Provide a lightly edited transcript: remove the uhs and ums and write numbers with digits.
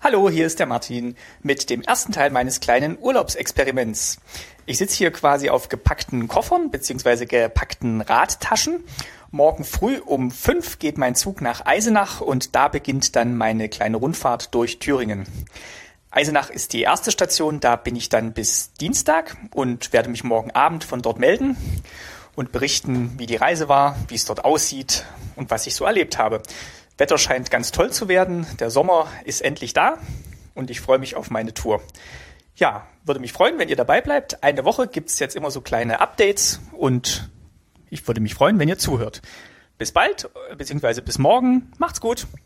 Hallo, hier ist der Martin mit dem ersten Teil meines kleinen Urlaubsexperiments. Ich sitze hier quasi auf gepackten Koffern bzw. gepackten Radtaschen. Morgen früh um 5 geht mein Zug nach Eisenach und da beginnt dann meine kleine Rundfahrt durch Thüringen. Eisenach ist die erste Station, da bin ich dann bis Dienstag und werde mich morgen Abend von dort melden und berichten, wie die Reise war, wie es dort aussieht und was ich so erlebt habe. Wetter scheint ganz toll zu werden, der Sommer ist endlich da und ich freue mich auf meine Tour. Ja, würde mich freuen, wenn ihr dabei bleibt. Eine Woche gibt es jetzt immer so kleine Updates und ich würde mich freuen, wenn ihr zuhört. Bis bald, beziehungsweise bis morgen. Macht's gut.